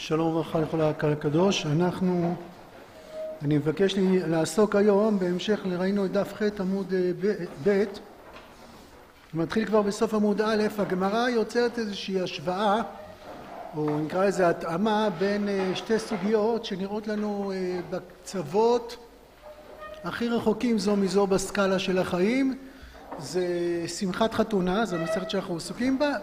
שלום וברכה לכל הקהל הקדוש. אני מבקש לעסוק היום בהמשך לראינו את דף ח' עמוד ב', מתחיל כבר בסוף עמוד א'. הגמרא יוצרת איזושהי השוואה, או נקרא לזה התאמה, בין שתי סוגיות שנראות לנו בקצוות הכי רחוקים זו מזו בסקאלה של החיים. זה שמחת חתונה, זו המסכת שאנחנו עסוקים בה,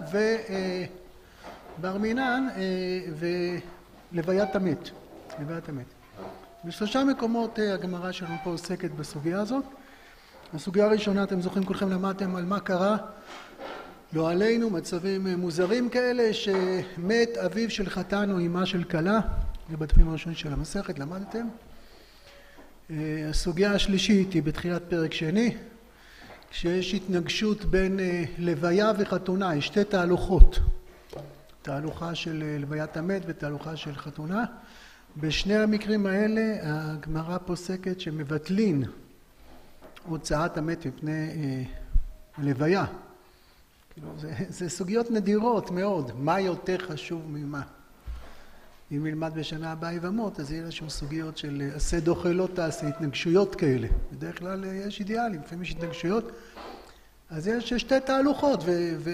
בר מינן ולוויית המת. בשלושה מקומות הגמרא שלנו פה עוסקת בסוגיה הזאת. הסוגיה הראשונה, אתם זוכרים כולכם למדתם על מה קרה, לא עלינו, מצבים מוזרים כאלה, שמת אביו של חתן או אמה של כלה, זה בדפים הראשונים של המסכת, למדתם. הסוגיה השלישית היא בתחילת פרק שני, כשיש התנגשות בין לוויה וחתונה, יש שתי תהלוכות, תהלוכה של לוויית המת ותהלוכה של חתונה. בשני המקרים האלה הגמרא פוסקת שמבטלין הוצאת המת מפני הלוויה. זה סוגיות נדירות מאוד, מה יותר חשוב ממה. אם נלמד בשנה הבאה יבמות, אז יהיה שם סוגיות של עשה דוחה לא תעשה, התנגשויות כאלה. בדרך כלל יש אידיאלים, לפעמים יש התנגשויות. אז יש שתי תהלוכות,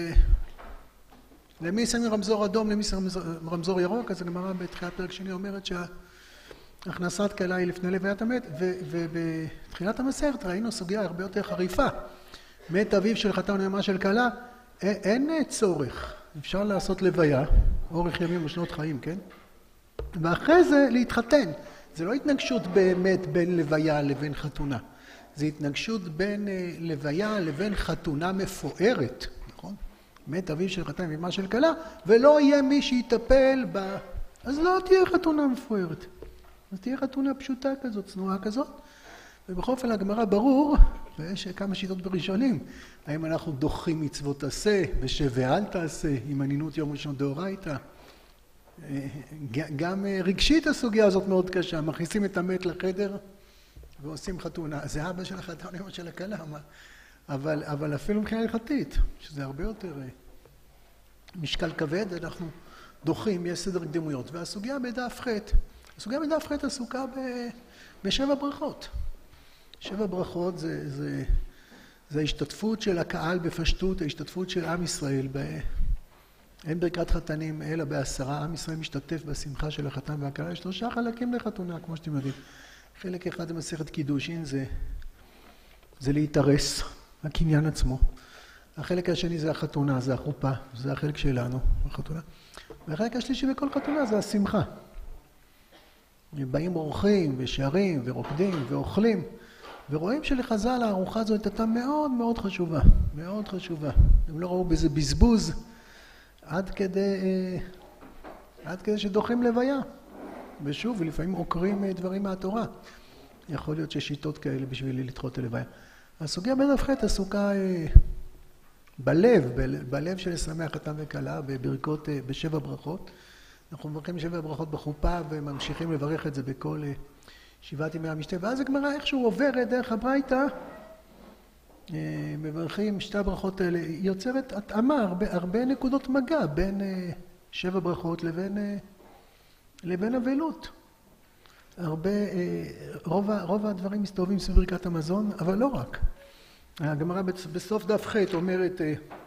למי שמים רמזור אדום, למי שמים רמזור ירוק. אז הגמרא בתחילת פרק שני אומרת שהכנסת כלה היא לפני לוויית המת, ובתחילת המסכת ראינו סוגיה הרבה יותר חריפה. מת אביו של חתן או אמה של כלה, אין צורך, אפשר לעשות לוויה, אורך ימים ושנות חיים, כן? ואחרי זה להתחתן. זה לא התנגשות באמת בין לוויה לבין חתונה, זה התנגשות בין לוויה לבין חתונה מפוארת, נכון? מת אביו של חתן ואמה של כלה, ולא יהיה מי שיטפל אז לא תהיה חתונה מפוארת, אז תהיה חתונה פשוטה כזאת, צנועה כזאת. ובכל אופן הגמרא ברור, ויש כמה שיטות בראשונים, האם אנחנו דוחים מצוות עשה ושב ואל תעשה, עם ענינות יום ראשון דאורייתא. גם רגשית הסוגיה הזאת מאוד קשה, מכניסים את המת לחדר ועושים חתונה. זה אבא של החתן ואמא של הכלה, אבל אפילו מבחינה הלכתית, שזה הרבה יותר משקל כבד, אנחנו דוחים, יש סדר קדימויות. והסוגיה בדף ח', הסוגיה בדף ח' עסוקה בשבע ברכות. שבע ברכות זה ההשתתפות של הקהל בפשטות, ההשתתפות של עם ישראל. אין ברכת חתנים אלא בעשרה, עם ישראל משתתף בשמחה של החתן והכלה. יש שלושה חלקים לחתונה, כמו שאתם יודעים. חלק אחד זה מסכת קידושין, זה להתארס, הקניין עצמו. החלק השני זה החתונה, זה החופה, זה החלק שלנו, החתונה. והחלק השלישי בכל חתונה זה השמחה. באים אורחים ושרים ורוקדים ואוכלים, ורואים שלחז"ל הארוחה הזאת הייתה מאוד מאוד חשובה, מאוד חשובה. הם לא ראו בזה בזבוז עד כדי שדוחים לוויה. ושוב, לפעמים עוקרים דברים מהתורה. יכול להיות ששיטות כאלה בשביל לדחות הלוויה. הסוגיה בדף ח' עסוקה בלב של לשמח חתן וכלה, בברכות, בשבע ברכות. אנחנו מברכים שבע ברכות בחופה וממשיכים לברך את זה בכל שבעת ימי המשתה. ואז הגמרא איכשהו עוברת דרך הברייתא, מברכים שתי הברכות האלה. היא יוצרת התאמה, הרבה נקודות מגע בין שבע ברכות לבין אבלות. רוב הדברים מסתובבים סביב ברכת המזון, אבל לא רק. הגמרא בסוף דף ח' אומרת,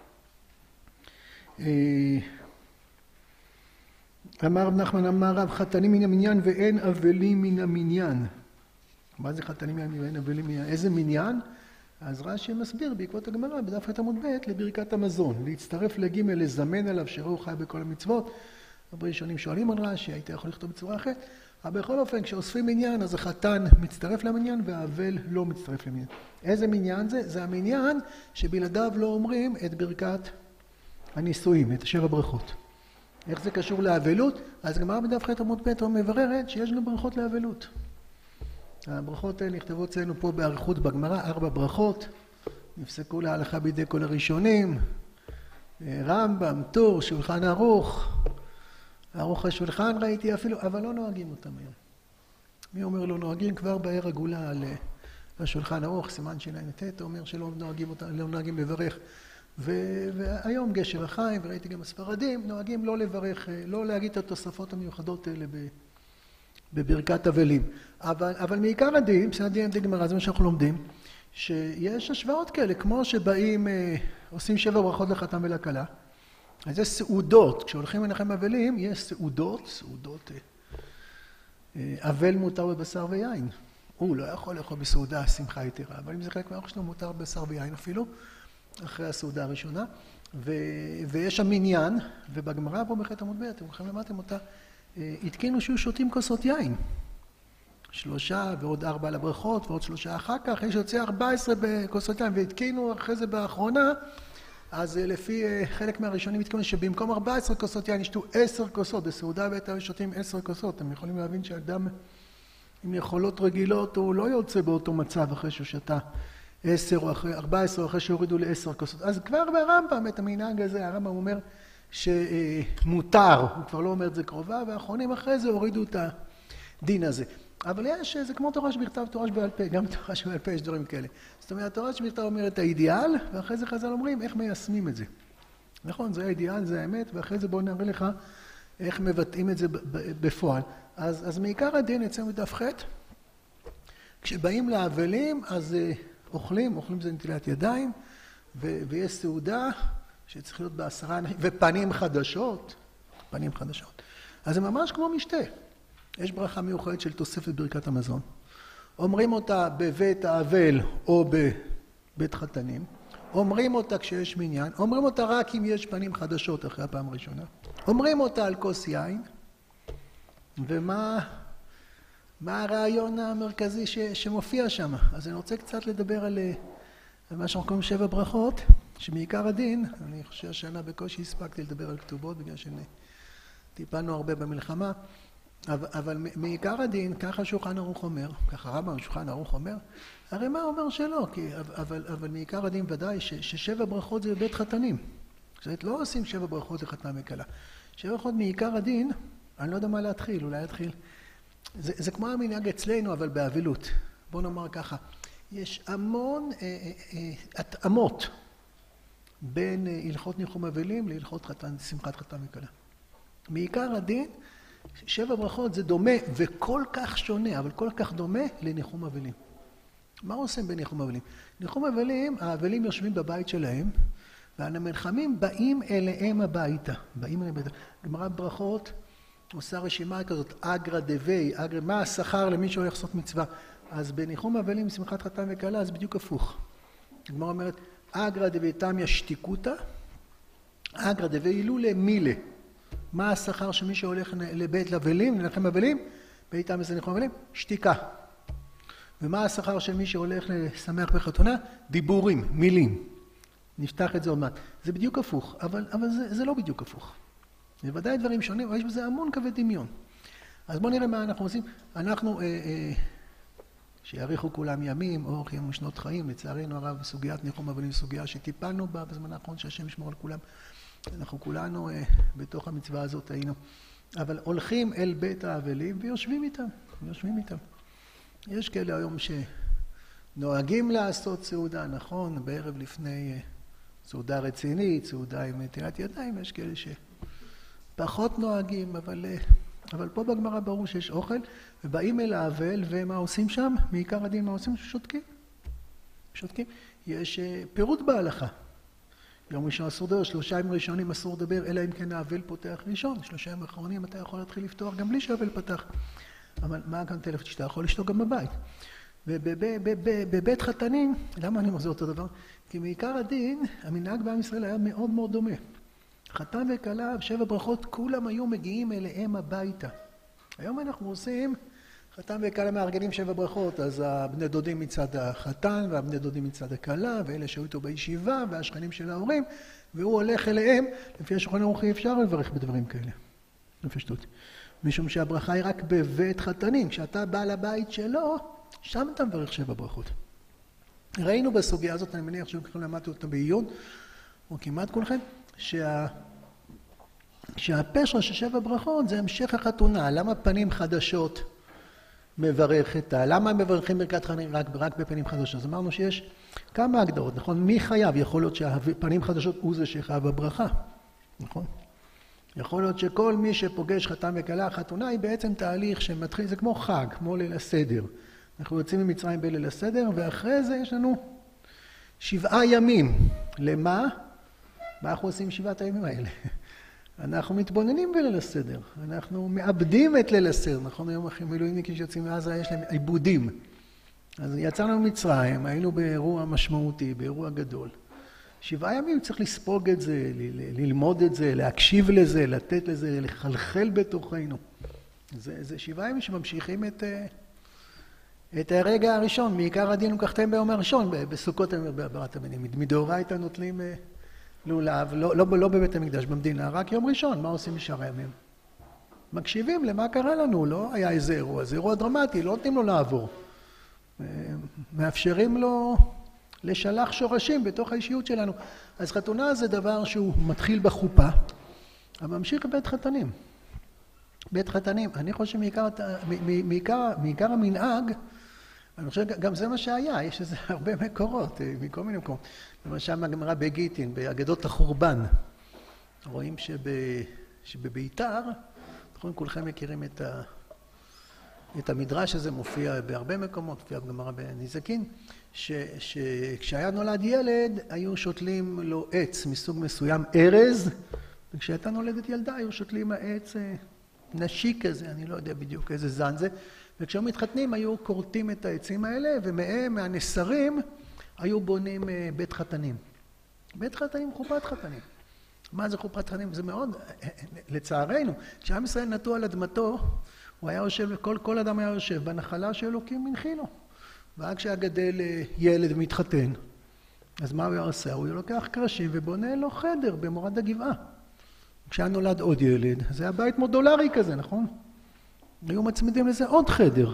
אמר רב נחמן אמר רב, חתנים מן המניין ואין אבלים מן המניין. מה זה חתנים מן המניין ואין אבלים מן המניין? איזה מניין? אז רש"י מסביר בעקבות הגמרא בדף ח' עמוד ב' לברכת המזון, להצטרף לג' לזמן עליו שראו חי בכל המצוות. הרבה ראשונים שואלים על רש"י, היית יכול לכתוב בצורה אחרת. אבל בכל אופן, כשאוספים מניין, אז החתן מצטרף למניין והאבל לא מצטרף למניין. איזה מניין זה? זה המניין שבלעדיו לא אומרים את ברכת הנישואים, את שבע ברכות. איך זה קשור לאבלות? אז גמרא בדף ח' עמוד ב' מבררת שיש גם ברכות לאבלות. הברכות האלה נכתבו אצלנו פה באריכות בגמרא, 4 ברכות, נפסקו להלכה בידי כל הראשונים, רמב"ם, טור, שולחן ערוך, ערוך השולחן ראיתי אפילו, אבל לא נוהגים אותם היום. מי אומר לא נוהגים? כבר בער הגולה על השולחן ערוך, סימן שע"ט, אומר שלא נוהגים אותם, לא נוהגים לברך והיום גשר החיים, וראיתי גם הספרדים, נוהגים לא לברך, לא להגיד את התוספות המיוחדות האלה בברכת אבלים. אבל מעיקר הדין, בסדר דין דגמרא, זה מה שאנחנו לומדים, שיש השוואות כאלה, כמו שבאים, עושים 7 ברכות לחתן ולכלה, אז יש סעודות, כשהולכים לנחם אבלים, יש סעודות, אבל מותר בבשר ויין. הוא לא יכול לאכול בסעודה שמחה יתרה, אבל אם זה חלק מהאוכל שלו, מותר בבשר ויין אפילו, אחרי הסעודה הראשונה, ויש שם מניין, ובגמרא פה בחטא עמוד ב', אתם הולכים למדתם אותה, התקינו שיהיו שותים כוסות יין. 3 ועוד 4 לברכות, ועוד 3 אחר כך, יש יוצא 14 בכוסות יין, והתקינו אחרי זה באחרונה, אז לפי חלק מהראשונים התקינו שבמקום 14 כוסות יין ישתו 10 כוסות, בסעודה בית שותים 10 כוסות, אתם יכולים להבין שאדם עם יכולות רגילות הוא לא יוצא באותו מצב אחרי שהוא שתה 10 או אחרי 14 או אחרי שהורידו ל10 כוסות. אז כבר ברמב"ם את המנהג הזה, הרמב"ם אומר שמותר, הוא כבר לא אומר את זה קרובה, והאחרונים אחרי זה הורידו את הדין הזה. אבל יש, זה כמו תורה שבכתב, תורה שבעל פה, גם תורה שבעל פה יש דברים כאלה. זאת אומרת, תורה שבכתב אומר את האידיאל, ואחרי זה חז"ל אומרים איך מיישמים את זה. נכון, זה האידיאל, זה האמת, ואחרי זה בואו נראה לך איך מבטאים את זה בפועל. אז מעיקר הדין אצלנו בדף ח', כשבאים לאבלים, אז אוכלים זה נטילת ידיים, ויש סעודה שצריך להיות ב10 אנשים, ופנים חדשות. אז זה ממש כמו משתה. יש ברכה מיוחדת של תוספת ברכת המזון. אומרים אותה בבית האבל או בבית חתנים. אומרים אותה כשיש מניין. אומרים אותה רק אם יש פנים חדשות אחרי הפעם הראשונה. אומרים אותה על כוס יין. ומה הרעיון המרכזי שמופיע שם? אז אני רוצה קצת לדבר על מה שאנחנו קוראים 7 ברכות, שמעיקר הדין, אני חושב שהשנה בקושי הספקתי לדבר על כתובות, בגלל שטיפלנו הרבה במלחמה, אבל מעיקר הדין, ככה שולחן ערוך אומר, ככה רמב"ם שולחן ערוך אומר, הרי מה אומר שלא? אבל מעיקר הדין ודאי ש7 ברכות זה בית חתנים. זאת אומרת, לא עושים 7 ברכות לחתנה וכלה. 7 ברכות מעיקר הדין, אני לא יודע מה להתחיל, אולי להתחיל. זה כמו המנהג אצלנו, אבל באבלות. בוא נאמר ככה, יש המון התאמות בין הלכות ניחום אבלים להלכות שמחת חתן וכלה. מעיקר הדין, 7 ברכות זה דומה וכל כך שונה, אבל כל כך דומה לניחום אבלים. מה עושים בניחום אבלים? ניחום אבלים, האבלים יושבים בבית שלהם, והמלחמים באים אליהם הביתה. גמרא ברכות עושה רשימה כזאת, אגרא דבי, מה השכר למי שהולך לעשות מצווה? אז בניחום אבלים, שמחת חתן וכלה, אז בדיוק הפוך. הגמרא אומרת, אגרא דבי תמיה שתיקותא, אגרא דבי הילולא מילה. מה השכר שמי שהולך לבית אבלים, לנחם אבלים? בית תמיה זה ניחום אבלים? שתיקה. ומה השכר של מי שהולך לשמח בחתונה? דיבורים, מילים. נפתח את זה עוד מעט. זה בדיוק הפוך, אבל זה לא בדיוק הפוך. זה ודאי דברים שונים, אבל יש בזה המון קווי דמיון. אז בואו נראה מה אנחנו עושים. אנחנו, שיאריכו כולם ימים, או חיים שנות חיים, לצערנו הרב, בסוגיית ניחום אבלים, סוגיה שטיפלנו בה בזמן האחרון, שהשם ישמור על כולם. אנחנו כולנו בתוך המצווה הזאת היינו. אבל הולכים אל בית האבלים ויושבים איתם. יש כאלה היום שנוהגים לעשות סעודה, נכון? בערב לפני סעודה רצינית, סעודה עם נטילת ידיים, יש כאלה שפחות נוהגים, אבל פה בגמרא ברור שיש אוכל, ובאים אל האבל, ומה עושים שם? מעיקר הדין מה עושים? שותקים. יש פירוט בהלכה. יום ראשון אסור לדבר, 3 ימים ראשונים אסור לדבר, אלא אם כן האבל פותח ראשון. 3 ימים האחרונים אתה יכול להתחיל לפתוח גם בלי שהאבל פתח. אבל מה כאן טלפון שאתה יכול לשתוק גם בבית? ובבית חתנים, למה אני אומר זה אותו דבר? כי מעיקר הדין, המנהג בעם ישראל היה מאוד מאוד דומה. חתן וכלה, 7 ברכות, כולם היו מגיעים אליהם הביתה. היום אנחנו עושים, חתן וכלה מארגנים 7 ברכות, אז הבני דודים מצד החתן, והבני דודים מצד הכלה, ואלה שהיו איתו בישיבה, והשכנים של ההורים, והוא הולך אליהם, לפי השולחן ערוך אי אפשר לברך בדברים כאלה. בפשטות. משום שהברכה היא רק בבית חתנים. כשאתה בא לבית שלו, שם אתה מברך 7 ברכות. ראינו בסוגיה הזאת, אני מניח שכולכם למדתי אותה בעיון, או כמעט כולכם, שהפשר של 7 ברכות זה המשך החתונה. למה פנים חדשות מברכת? למה מברכים ברכת חתנים רק בפנים חדשות? אז אמרנו שיש כמה הגדרות, נכון? מי חייב? יכול להיות שהפנים חדשות הוא זה שחייב בברכה, נכון? יכול להיות שכל מי שפוגש חתן וכלה, חתונה היא בעצם תהליך שמתחיל, זה כמו חג, כמו ליל הסדר. אנחנו יוצאים ממצרים בליל הסדר, ואחרי זה יש לנו 7 ימים. למה? מה אנחנו עושים 7 הימים האלה? אנחנו מתבוננים בליל הסדר, אנחנו מאבדים את ליל הסדר, נכון? היום המילואימניקים שיוצאים מעזה יש להם עיבודים. אז יצאנו ממצרים, היינו באירוע משמעותי, באירוע גדול. 7 ימים צריך לספוג את זה, ללמוד את זה, להקשיב לזה, לתת לזה, לחלחל בתוכנו. זה 7 ימים שממשיכים את הרגע הראשון, מעיקר הדין לקחתם ביום הראשון, בסוכות בברת המינים. מדאורייתא נוטלים לולב, לא בבית המקדש, במדינה, רק יום ראשון. מה עושים בשאר הימים? מקשיבים למה קרה לנו, לא היה איזה אירוע, זה אירוע דרמטי, לא נותנים לו לעבור. מאפשרים לו לשלח שורשים בתוך האישיות שלנו. אז חתונה זה דבר שהוא מתחיל בחופה, אבל ממשיך בבית חתנים. בית חתנים, אני חושב מעיקר המנהג, אני חושב גם זה מה שהיה, יש איזה הרבה מקורות, מכל מיני מקומות. למשל הגמרא בגיטין, באגדות החורבן, רואים שבביתר, נכון, כולכם מכירים את המדרש הזה, מופיע בהרבה מקומות, מופיע בגמרא בנזקין, שכשהיה נולד ילד, היו שותלים לו עץ מסוג מסוים, ארז, וכשהייתה נולדת ילדה, היו שותלים העץ נשי כזה, אני לא יודע בדיוק איזה זן זה, וכשהם מתחתנים היו כורתים את העצים האלה, ומהם, מהנסרים, היו בונים בית חתנים. בית חתנים, חופת חתנים. מה זה חופת חתנים? זה מאוד, לצערנו, כשעם ישראל נטו על אדמתו, הוא היה יושב, כל אדם היה יושב בנחלה שאלוקים הנחילו. ורק כשהיה גדל ילד מתחתן, אז מה הוא היה עושה? הוא לוקח קרשים ובונה לו חדר במורד הגבעה. כשהיה נולד עוד ילד, זה היה בית מודולרי כזה, נכון? היו מצמידים לזה עוד חדר,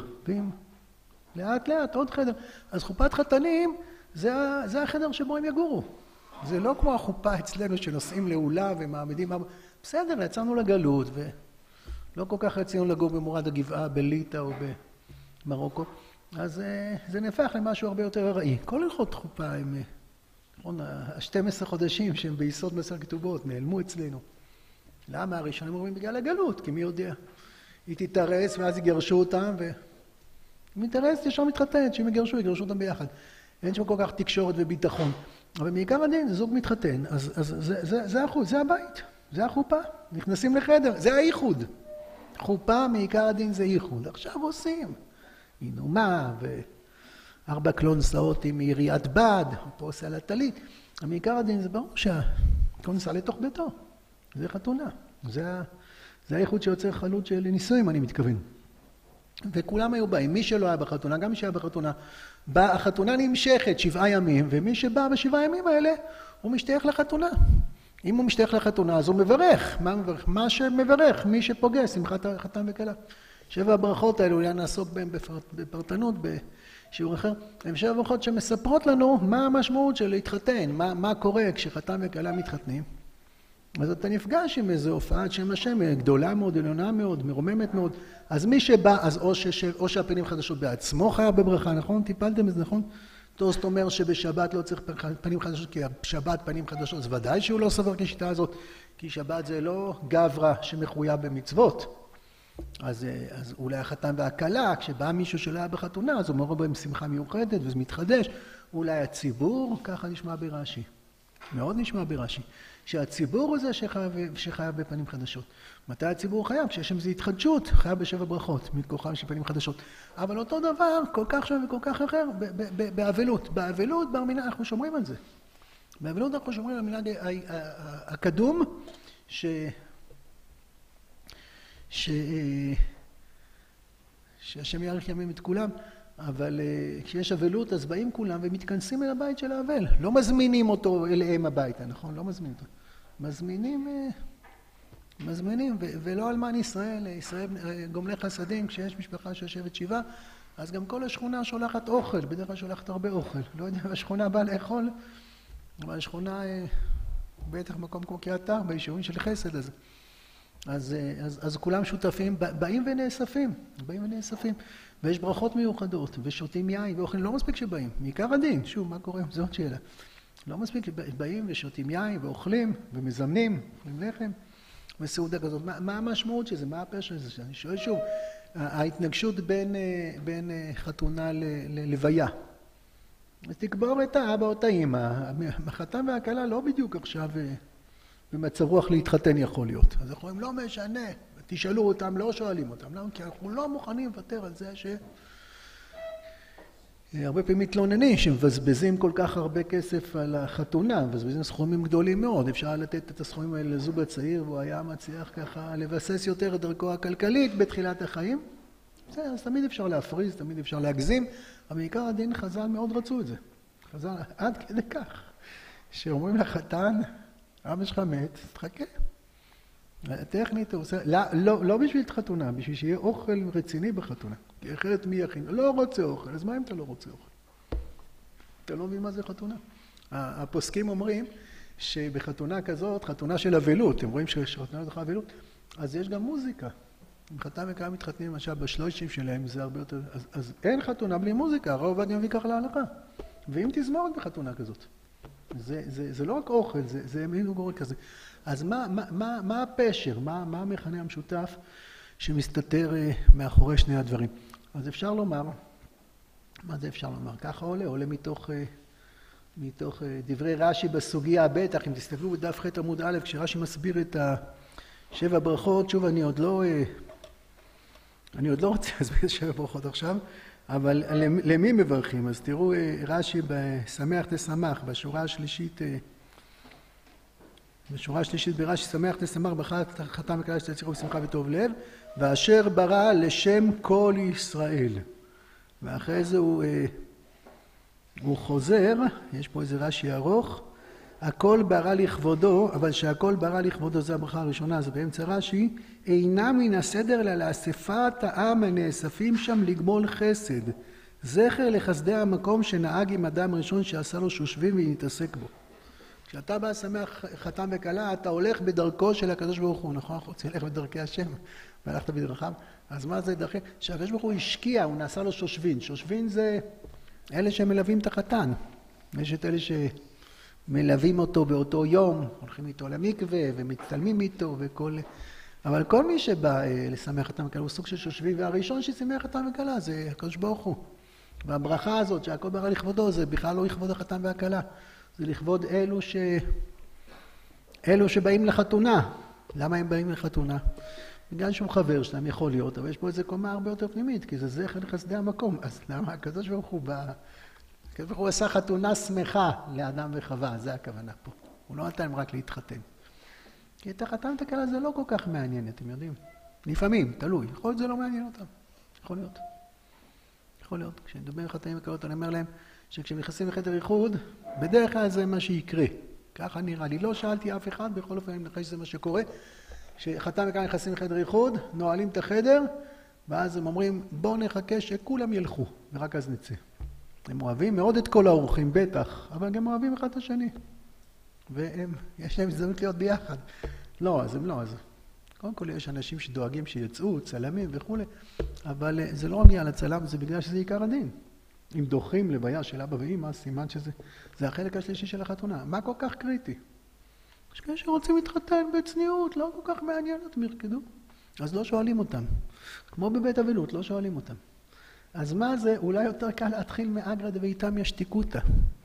לאט לאט עוד חדר. אז חופת חתנים זה החדר שבו הם יגורו. זה לא כמו החופה אצלנו שנוסעים לאולה ומעמידים... בסדר, יצאנו לגלות ולא כל כך רצינו לגור במורד הגבעה, בליטא או במרוקו. אז זה נהפך למשהו הרבה יותר ארעי. כל הלכות חופה הם, נכון, ה-12 חודשים שהם ביסוד מסר כתובות, נעלמו אצלנו. למה? הראשונים אומרים בגלל הגלות, כי מי יודע? היא תתארס ואז יגרשו אותם מתארס ישר מתחתנת, שהם יגרשו אותם ביחד. אין שם כל כך תקשורת וביטחון. אבל מעיקר הדין, זוג מתחתן, אז זה הבית, זה החופה. נכנסים לחדר, זה הייחוד. חופה מעיקר הדין זה ייחוד. עכשיו עושים. אינומה ו4 קלונסאות עם יריית בד, פה עושה על הטלית. מעיקר הדין זה ברור שהקלונסה לתוך ביתו. זה חתונה. זה הייחוד שיוצר חלות של נישואים, אני מתכוון. וכולם היו באים. מי שלא היה בחתונה, גם מי שהיה בחתונה, החתונה נמשכת 7 ימים, ומי שבא ב7 ימים האלה, הוא משתייך לחתונה. אם הוא משתייך לחתונה, אז הוא מברך. מה מברך? מה שמברך, מי שפוגש, שמחת חתן וכלה. 7 הברכות האלו, אולי נעסוק בהן בפרטנות, בשיעור אחר. הן 7 הברכות שמספרות לנו מה המשמעות של להתחתן, מה קורה כשחתן וכלה מתחתנים. אז אתה נפגש עם איזו הופעת שם השם, גדולה מאוד, עליונה מאוד, מרוממת מאוד. אז מי שבא, אז או שהפנים חדשות בעצמו חייב בברכה, נכון? טיפלתם בזה, נכון? טוסט אומר שבשבת לא צריך פנים חדשות, כי בשבת פנים חדשות, אז ודאי שהוא לא סבר כשיטה הזאת, כי שבת זה לא גברא שמחויב במצוות. אז אולי החתן והכלה, כשבא מישהו שלא היה בחתונה, אז הוא אומר בהם שמחה מיוחדת וזה מתחדש. אולי הציבור, ככה נשמע ברש"י. מאוד נשמע ברש"י. שהציבור הוא זה שחייב בפנים חדשות. מתי הציבור חייב? כשיש שם איזו התחדשות, חייב ב7 ברכות, מכוחם של פנים חדשות. אבל אותו דבר, כל כך שונה וכל כך אחר, באבלות. באבלות, במנהג, אנחנו שומרים על זה. באבלות אנחנו שומרים על המנהג הקדום, שהשם יאריך ימים את כולם, אבל כשיש אבלות אז באים כולם ומתכנסים אל הבית של האבל. לא מזמינים אותו אליהם הביתה, נכון? לא מזמינים אותו. מזמינים, ולא אלמן ישראל, ישראל גומלי חסדים, כשיש משפחה שיושבת 7, אז גם כל השכונה שולחת אוכל, בדרך כלל שולחת הרבה אוכל. לא יודע, השכונה באה לאכול, אבל השכונה בטח מקום כמו קריית ארבע, ביישובים של חסד הזה. אז כולם שותפים, באים ונאספים, ויש ברכות מיוחדות, ושותים יין, ואוכלים, לא מספיק שבאים, מעיקר הדין, שוב, מה קורה? זו עוד שאלה. לא מספיק שבאים ושותים יין, ואוכלים, ומזמנים, אוכלים לחם, וסעודה כזאת. מה המשמעות של זה? מה הפשר של זה? אני שואל שוב, ההתנגשות בין חתונה ללוויה. אז תקבור את האבא או את האמא, החתן והכלה לא בדיוק עכשיו במצב רוח להתחתן יכול להיות. אז אנחנו אומרים, לא משנה, תשאלו אותם, לא שואלים אותם, למה? כי אנחנו לא מוכנים לוותר על זה הרבה פעמים מתלוננים שמבזבזים כל כך הרבה כסף על החתונה, מבזבזים סכומים גדולים מאוד, אפשר לתת את הסכומים האלה לזוג הצעיר, והוא היה מצליח ככה לבסס יותר את דרכו הכלכלית בתחילת החיים. בסדר, אז תמיד אפשר להפריז, תמיד אפשר להגזים, אבל בעיקר הדין חז"ל מאוד רצו את זה. חז"ל עד כדי כך, שאומרים לחתן, אבא שלך מת, תחכה. טכנית הוא עושה, לא בשביל חתונה, בשביל שיהיה אוכל רציני בחתונה. כי אחרת מי יכין? לא רוצה אוכל, אז מה אם אתה לא רוצה אוכל? אתה לא מבין מה זה חתונה. הפוסקים אומרים שבחתונה כזאת, חתונה של אבלות, הם רואים שחתונה זוכה אבלות, אז יש גם מוזיקה. אם חתן וכלה מתחתנים למשל בשלושים שלהם, זה הרבה יותר, אז אין חתונה בלי מוזיקה, הרב עובדיה מביא ככה להלכה. ואם תזמורת בחתונה כזאת, זה לא רק אוכל, זה מין גורל כזה. אז מה הפשר, מה המכנה המשותף שמסתתר מאחורי שני הדברים? אז אפשר לומר, מה זה אפשר לומר? ככה עולה מתוך דברי רש"י בסוגיה, בטח אם תסתכלו בדף ח' עמוד א', כשרש"י מסביר את שבע ברכות, שוב אני עוד לא רוצה להסביר 7 ברכות עכשיו, אבל למי מברכים? אז תראו רש"י בשמח תשמח, בשורה השלישית ברש"י שמח תשמח, ברכת חתן וכלה שתצליחו בשמחה וטוב לב, ואשר ברא לשם כל ישראל. ואחרי זה הוא חוזר, יש פה איזה רש"י ארוך, הכל ברא לכבודו, אבל שהכל ברא לכבודו, זה הברכה הראשונה, זה באמצע רש"י, אינה מן הסדר אלא לאספת העם הנאספים שם לגמול חסד, זכר לחסדי המקום שנהג עם אדם ראשון שעשה לו שושבים והתעסק בו. כשאתה בא שמח חתן וכלה, אתה הולך בדרכו של הקדוש ברוך הוא, נכון? אנחנו רוצים ללכת בדרכי השם, והלכת בדרכיו, אז מה זה דרכי? שהקדוש ברוך הוא השקיע, הוא נעשה לו שושבין, שושבין זה אלה שמלווים את החתן, יש את אלה מלווים אותו באותו יום, הולכים איתו למקווה ומצטלמים איתו וכל... אבל כל מי שבא לשמח חתן וכלה הוא סוג של שושבים, והראשון ששמח חתן וכלה זה הקדוש ברוך הוא. והברכה הזאת שהכל ברא לכבודו זה בכלל לא לכבוד החתן והכלה, זה לכבוד אלו שבאים לחתונה. למה הם באים לחתונה? בגלל שהוא חבר שלהם יכול להיות, אבל יש פה איזו קומה הרבה יותר פנימית, כי זה זכר לחסדי המקום. אז למה הקדוש ברוך הוא בא... הקדוש ברוך הוא עשה חתונה שמחה לאדם וחווה, זה הכוונה פה. הוא לא נתן רק להתחתן. כי את החתן ואת הכלה זה לא כל כך מעניין, אתם יודעים. לפעמים, תלוי. יכול להיות זה לא מעניין אותם. יכול להיות. יכול להיות. כשאני מדבר עם חתנים וכלות, אני אומר להם שכשהם נכנסים לחדר איחוד, בדרך כלל זה מה שיקרה. ככה נראה לי. לא שאלתי אף אחד, בכל אופן אני מנחש שזה מה שקורה. שחתן וכלה נכנסים לחדר איחוד, נועלים את החדר, ואז הם אומרים, בואו נחכה שכולם ילכו, ורק אז נצא. הם אוהבים מאוד את כל האורחים, בטח, אבל גם אוהבים אחד את השני. ויש להם הזדמנות להיות ביחד. לא, אז הם לא. אז קודם כל יש אנשים שדואגים שיצאו, צלמים וכו', אבל זה לא עניין לצלם, זה בגלל שזה עיקר הדין. אם דוחים לוויה של אבא ואמא, סימן שזה החלק השלישי של החתונה. מה כל כך קריטי? יש כאלה שרוצים להתחתן בצניעות, לא כל כך מעניין אותם, ירקדו. אז לא שואלים אותם. כמו בבית אבלות, לא שואלים אותם. אז מה זה? אולי יותר קל להתחיל מאגרא דאיתמיה שתיקותא.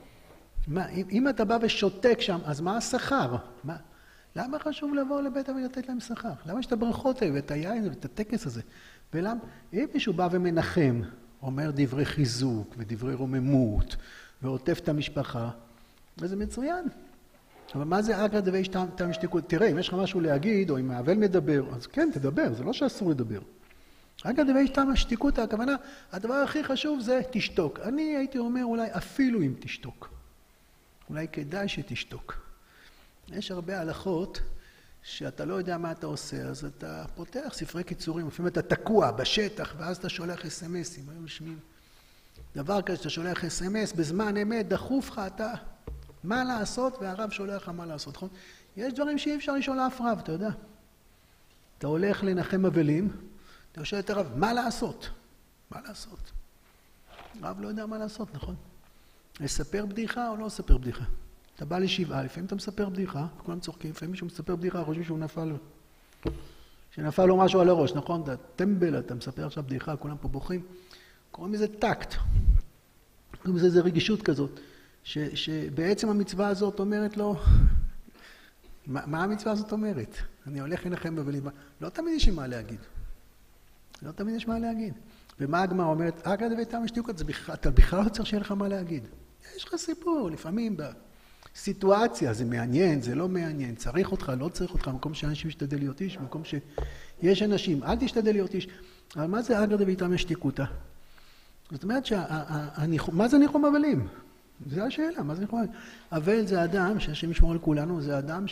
אם אתה בא ושותק שם, אז מה השכר? למה חשוב לבוא לבית אבות ולתת להם שכר? למה יש את הברכות האלה ואת היין ואת הטקס הזה? ולמה? אם מישהו בא ומנחם, אומר דברי חיזוק ודברי רוממות, ועוטף את המשפחה, אז זה מצוין. אבל מה זה אגרא דאיתמיה שתיקותא? תראה, אם יש לך משהו להגיד, או אם האבל מדבר, אז כן, תדבר, זה לא שאסור לדבר. אגרא דאיתמיה שתיקותא, הכוונה, הדבר הכי חשוב זה תשתוק. אני הייתי אומר אולי אפילו אם תשתוק. אולי כדאי שתשתוק. יש הרבה הלכות שאתה לא יודע מה אתה עושה, אז אתה פותח ספרי קיצורים, לפעמים אתה תקוע בשטח, ואז אתה שולח אס-אמסים, היו משמיעים. דבר כזה שאתה שולח אס-אמס, בזמן אמת, דחוף לך, אתה מה לעשות, והרב שולח לך מה לעשות. יש דברים שאי אפשר לשאול אף רב, אתה יודע. אתה הולך לנחם אבלים, אתה יושב את הרב, מה לעשות? מה לעשות? הרב לא יודע מה לעשות, נכון? לספר בדיחה או לא לספר בדיחה? אתה בא לשבעה, לפעמים אתה מספר בדיחה, כולם צוחקים, לפעמים מישהו מספר בדיחה, חושבים שהוא נפל לו. שנפל לו משהו על הראש, נכון? אתה טמבל, אתה מספר עכשיו בדיחה, כולם פה בוכים. קוראים לזה טקט. קוראים לזה רגישות כזאת, שבעצם המצווה הזאת אומרת לו, מה המצווה הזאת אומרת? אני הולך לנחם אבלים, לא תמיד יש לי מה להגיד. לא תמיד יש מה להגיד. ומה הגמרא אומרת? אגרא דביתם השתיקות, אתה בכלל לא צריך שיהיה לך מה להגיד. יש לך סיפור, לפעמים בסיטואציה, זה מעניין, זה לא מעניין, צריך אותך, לא צריך אותך, במקום שאנשים ישתדל להיות איש, במקום שיש אנשים, אל תשתדל להיות איש. אבל מה זה אגרא דביתם השתיקותא? זאת אומרת, מה זה ניחום אבלים? זו השאלה, מה זה ניחום אבלים? אבל זה אדם, שהשם ישמור על כולנו, זה אדם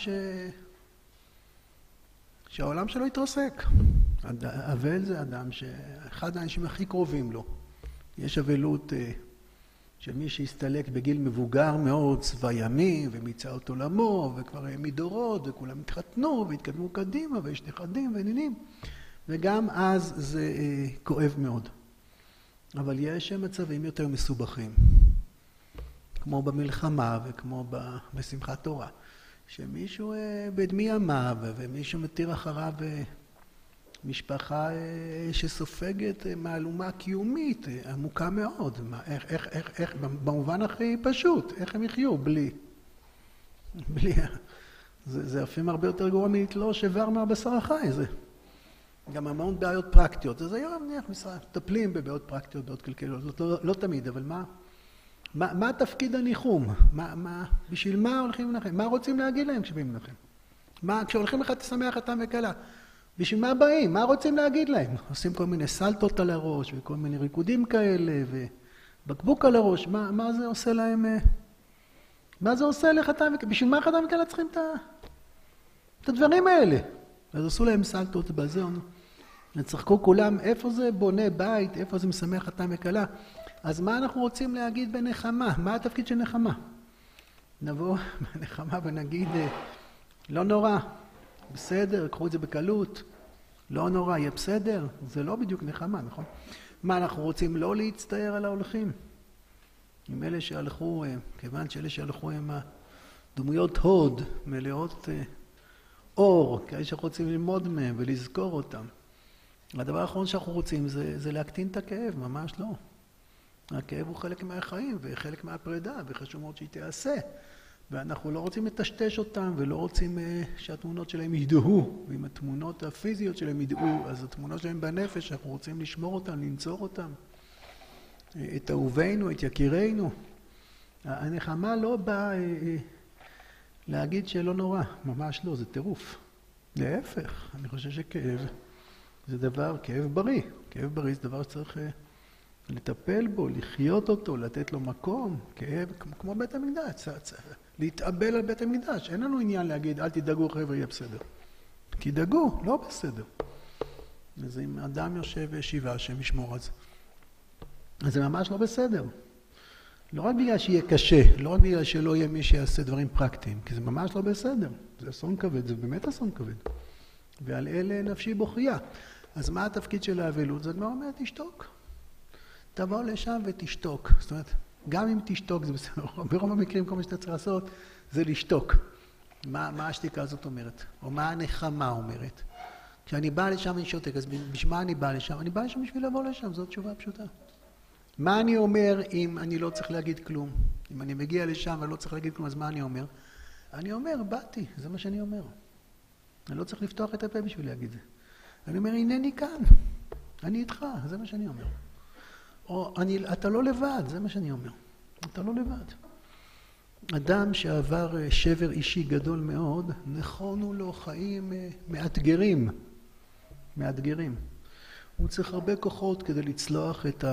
שהעולם שלו יתרסק. אבל זה אדם שאחד האנשים הכי קרובים לו. יש אבלות של מי שהסתלק בגיל מבוגר מאוד, צבא ימי, ומיצה את עולמו, וכבר מדורות, וכולם התחתנו, והתקדמו קדימה, ויש נכדים ונינים. וגם אז זה כואב מאוד. אבל יש מצבים יותר מסובכים, כמו במלחמה וכמו בשמחת תורה, שמישהו בדמי ימיו ומישהו מתיר אחריו משפחה שסופגת מהלומה קיומית עמוקה מאוד. איך, במובן הכי פשוט, איך הם יחיו בלי. זה לפעמים הרבה יותר גרוע מלתלוש איבר מהבשר החי, זה. גם המון בעיות פרקטיות. אז היום נניח מטפלים בבעיות פרקטיות, בעיות כלכליות, לא תמיד, אבל מה תפקיד הניחום? בשביל מה הולכים לנחם? מה רוצים להגיד להם כשבאים לנחם? כשהולכים לך תשמח אתה מקלה. בשביל מה באים? מה רוצים להגיד להם? עושים כל מיני סלטות על הראש, וכל מיני ריקודים כאלה, ובקבוק על הראש. מה זה עושה להם? מה זה עושה לחתן מקלה? בשביל מה חתן מקלה צריכים את הדברים האלה? אז עשו להם סלטות בזון. וצחקו כולם, איפה זה בונה בית? איפה זה משמח חתן מקלה? אז מה אנחנו רוצים להגיד בנחמה? מה התפקיד של נחמה? נבוא בנחמה ונגיד, לא נורא, בסדר, קחו את זה בקלות, לא נורא, יהיה בסדר, זה לא בדיוק נחמה, נכון? מה אנחנו רוצים? לא להצטער על ההולכים. עם אלה שהלכו, כיוון שאלה שהלכו הם דמויות הוד, מלאות אור, כאלה שאנחנו רוצים ללמוד מהם ולזכור אותם. הדבר האחרון שאנחנו רוצים זה להקטין את הכאב, ממש לא. הכאב הוא חלק מהחיים וחלק מהפרידה, וחשוב מאוד שהיא תעשה. ואנחנו לא רוצים לטשטש אותם, ולא רוצים שהתמונות שלהם ידעו. ואם התמונות הפיזיות שלהם ידעו, אז התמונות שלהם בנפש, אנחנו רוצים לשמור אותם, לנצור אותם. את אהובינו, את יקירינו. הנחמה לא באה להגיד שלא נורא, ממש לא, זה טירוף. להפך, אני חושב שכאב זה דבר, כאב בריא. כאב בריא זה דבר שצריך לטפל בו, לחיות אותו, לתת לו מקום, כאב, כמו בית המקדש, להתאבל על בית המקדש. אין לנו עניין להגיד, אל תדאגו חבר'ה, יהיה בסדר. כי דאגו, לא בסדר. אז אם אדם יושב בישיבה, השם ישמור את זה. אז זה ממש לא בסדר. לא רק בגלל שיהיה קשה, לא רק בגלל שלא יהיה מי שיעשה דברים פרקטיים, כי זה ממש לא בסדר. זה אסון כבד, זה באמת אסון כבד. ועל אלה נפשי בוכייה. אז מה התפקיד של האבלות? זאת אומרת, תשתוק. תבוא לשם ותשתוק. זאת אומרת, גם אם תשתוק זה בסדר. ברוב המקרים כל מה שאתה צריך לעשות זה לשתוק. מה השתיקה הזאת אומרת? או מה הנחמה אומרת? כשאני בא לשם ואני שותק, אז בשביל מה אני בא לשם? אני בא לשם בשביל לבוא לשם, זאת תשובה פשוטה. מה אני אומר אם אני לא צריך להגיד כלום? אם אני מגיע לשם ולא צריך להגיד כלום, אז מה אני אומר? אני אומר, באתי, זה מה שאני אומר. אני לא צריך לפתוח את הפה בשביל להגיד זה. אני אומר, הנני כאן, אני איתך, זה מה שאני אומר. או אתה לא לבד, זה מה שאני אומר. אתה לא לבד. אדם שעבר שבר אישי גדול מאוד, נכונו לו חיים מאתגרים. מאתגרים. הוא צריך הרבה כוחות כדי לצלוח את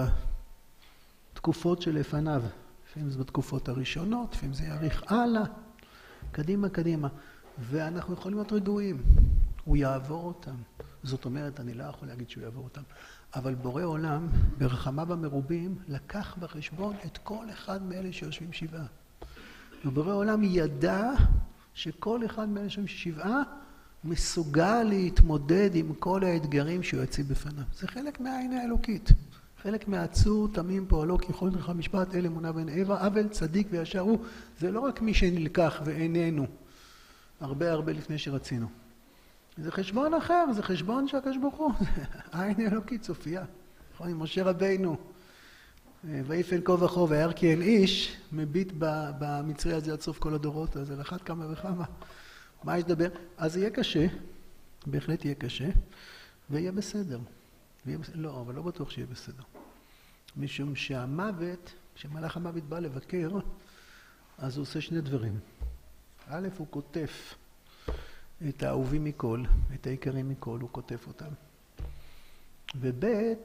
התקופות שלפניו. לפעמים זה בתקופות הראשונות, לפעמים זה יאריך הלאה. קדימה, קדימה. ואנחנו יכולים להיות רגועים. הוא יעבור אותם. זאת אומרת, אני לא יכול להגיד שהוא יעבור אותם. אבל בורא עולם, ברחמיו המרובים, לקח בחשבון את כל אחד מאלה שיושבים שבעה. ובורא עולם ידע שכל אחד מאלה שיושבים שבעה מסוגל להתמודד עם כל האתגרים שהוא יציב בפניו. זה חלק מהעין האלוקית. חלק מהצור תמים פועלו ככל דרך המשפט, אל אמונה בן עוול, צדיק וישר הוא. זה לא רק מי שנלקח ואיננו, הרבה לפני שרצינו. זה חשבון אחר, זה חשבון שהקדוש ברוך הוא. העין האלוקית, סופיה. נכון, עם משה רבינו. ויפן כה וכה וירא כי אין איש, מביט במצרי הזה עד סוף כל הדורות, אז על אחת כמה וכמה. מה יש לדבר? אז יהיה קשה, בהחלט יהיה קשה, ויהיה בסדר. לא, אבל לא בטוח שיהיה בסדר. משום שהמוות, כשמלאך המוות בא לבקר, אז הוא עושה שני דברים. א', הוא כותף את האהובים מכל, את העיקרים מכל, הוא כותף אותם. וב',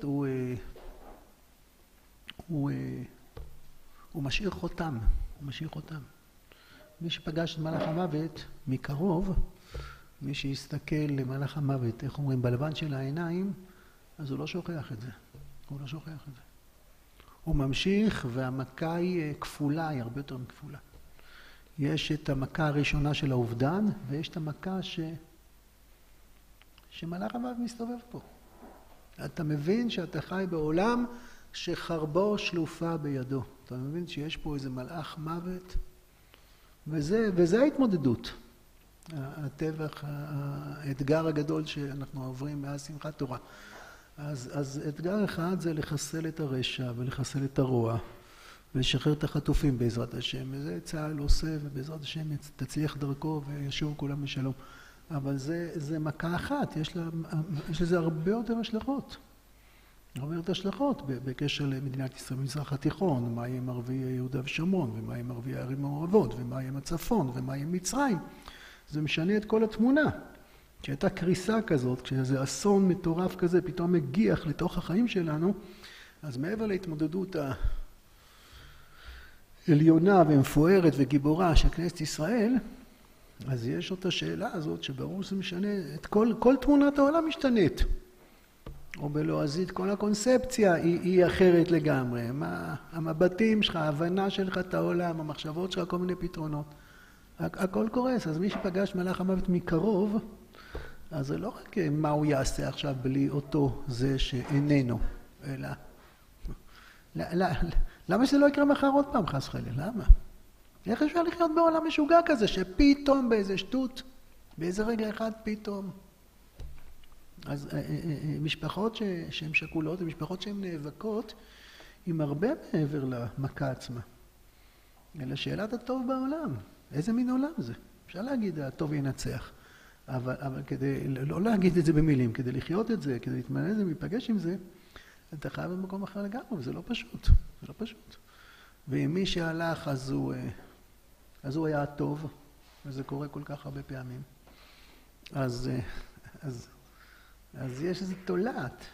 הוא משאיר חותם, הוא משאיר חותם. מי שפגש את מלאך המוות מקרוב, מי שיסתכל למלאך המוות, איך אומרים, בלבן של העיניים, אז הוא לא שוכח את זה. הוא לא שוכח את זה. הוא ממשיך, והמכה היא כפולה, היא הרבה יותר מכפולה. יש את המכה הראשונה של האובדן, ויש את המכה שמלאך המוות מסתובב פה. אתה מבין שאתה חי בעולם שחרבו שלופה בידו. אתה מבין שיש פה איזה מלאך מוות, וזה ההתמודדות. הטבח, האתגר הגדול שאנחנו עוברים מאז שמחת תורה. אז אתגר אחד זה לחסל את הרשע ולחסל את הרוע ולשחרר את החטופים בעזרת השם. וזה צה"ל עושה, ובעזרת השם תצליח דרכו וישוב כולם בשלום. אבל זה מכה אחת, יש לזה הרבה יותר השלכות. הרבה יותר השלכות בקשר למדינת ישראל במזרח התיכון, מה יהיה עם ערביי יהודה ושומרון, ומה יהיה עם ערביי הערים המעורבות, ומה יהיה עם הצפון, ומה יהיה עם מצרים. זה משנה את כל התמונה. כשהייתה קריסה כזאת, כשאיזה אסון מטורף כזה פתאום מגיח לתוך החיים שלנו, אז מעבר להתמודדות העליונה ומפוארת וגיבורה של כנסת ישראל, אז יש אותה שאלה הזאת שברור שזה משנה, את כל תמונת העולם משתנית. או בלועזית, כל הקונספציה היא אחרת לגמרי. המבטים שלך, ההבנה שלך את העולם, המחשבות שלך, כל מיני פתרונות. הכל קורס. אז מי שפגש מלאך המוות מקרוב, אז זה לא רק מה הוא יעשה עכשיו בלי אותו זה שאיננו, אלא... למה שזה לא יקרה מחר עוד פעם, חס וחלילה? למה? איך אפשר לחיות בעולם משוגע כזה, שפתאום באיזה שטות, באיזה רגע אחד פתאום... אז משפחות שהן שכולות, ומשפחות שהן נאבקות, עם הרבה מעבר למכה עצמה. אלא שאלת הטוב בעולם. איזה מין עולם זה? אפשר להגיד, הטוב ינצח. אבל כדי לא להגיד את זה במילים, כדי לחיות את זה, כדי להתמלא את זה, להיפגש עם זה, אתה חייב במקום אחר לגמרי, וזה לא פשוט. זה לא פשוט. ואם מי שהלך, אז הוא היה הטוב, וזה קורה כל כך הרבה פעמים. אז יש איזו תולעת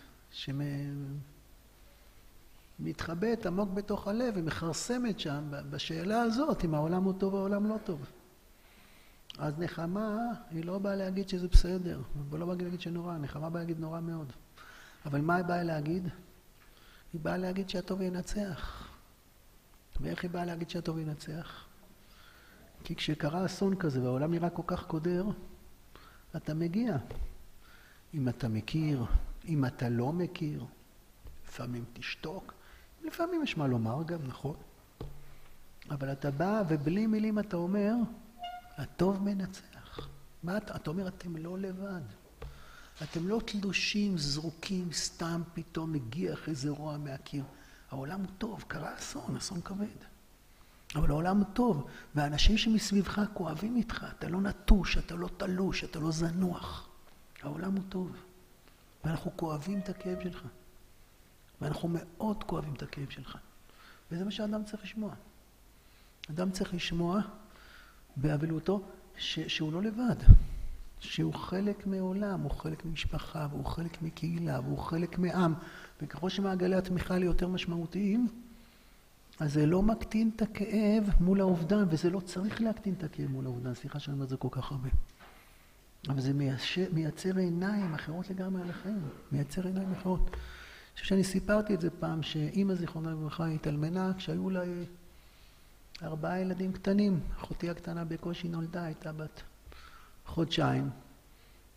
שמתחבאת עמוק בתוך הלב ומחרסמת שם בשאלה הזאת, אם העולם הוא טוב או העולם לא טוב. אז נחמה היא לא באה להגיד שזה בסדר, ולא באה להגיד שנורא, נחמה באה להגיד נורא מאוד. אבל מה היא באה להגיד? היא באה להגיד שהטוב ינצח. ואיך היא באה להגיד שהטוב ינצח? כי כשקרה אסון כזה והעולם נראה כל כך קודר, אתה מגיע. אם אתה מכיר, אם אתה לא מכיר, לפעמים תשתוק, לפעמים יש מה לומר גם, נכון? אבל אתה בא ובלי מילים אתה אומר, הטוב מנצח. מה אתה אומר? אתם לא לבד. אתם לא תלושים, זרוקים, סתם פתאום מגיח איזה רוע מהקיר. העולם הוא טוב, קרה אסון כבד. אבל העולם הוא טוב, והאנשים שמסביבך כואבים איתך, אתה לא נטוש, אתה לא תלוש, אתה לא זנוח. העולם הוא טוב, ואנחנו כואבים את הכאב שלך. ואנחנו מאוד כואבים את הכאב שלך. וזה מה שאדם צריך לשמוע. אדם צריך לשמוע באבלותו שהוא לא לבד. שהוא חלק מעולם, הוא חלק ממשפחה, והוא חלק מקהילה, והוא חלק מעם. וככל שמעגלי התמיכה לי יותר משמעותיים, אז זה לא מקטין את הכאב מול האובדן, וזה לא צריך להקטין את הכאב מול האובדן. סליחה שאני אומר את זה כל כך הרבה. אבל זה מייצר עיניים אחרות לגמרי על החיים. מייצר עיניים אחרות. אני חושב שאני סיפרתי את זה פעם, שאמא זיכרונה לברכה התאלמנה, כשהיו לה 4 ילדים קטנים. אחותי הקטנה בקושי נולדה, הייתה בת חודשיים.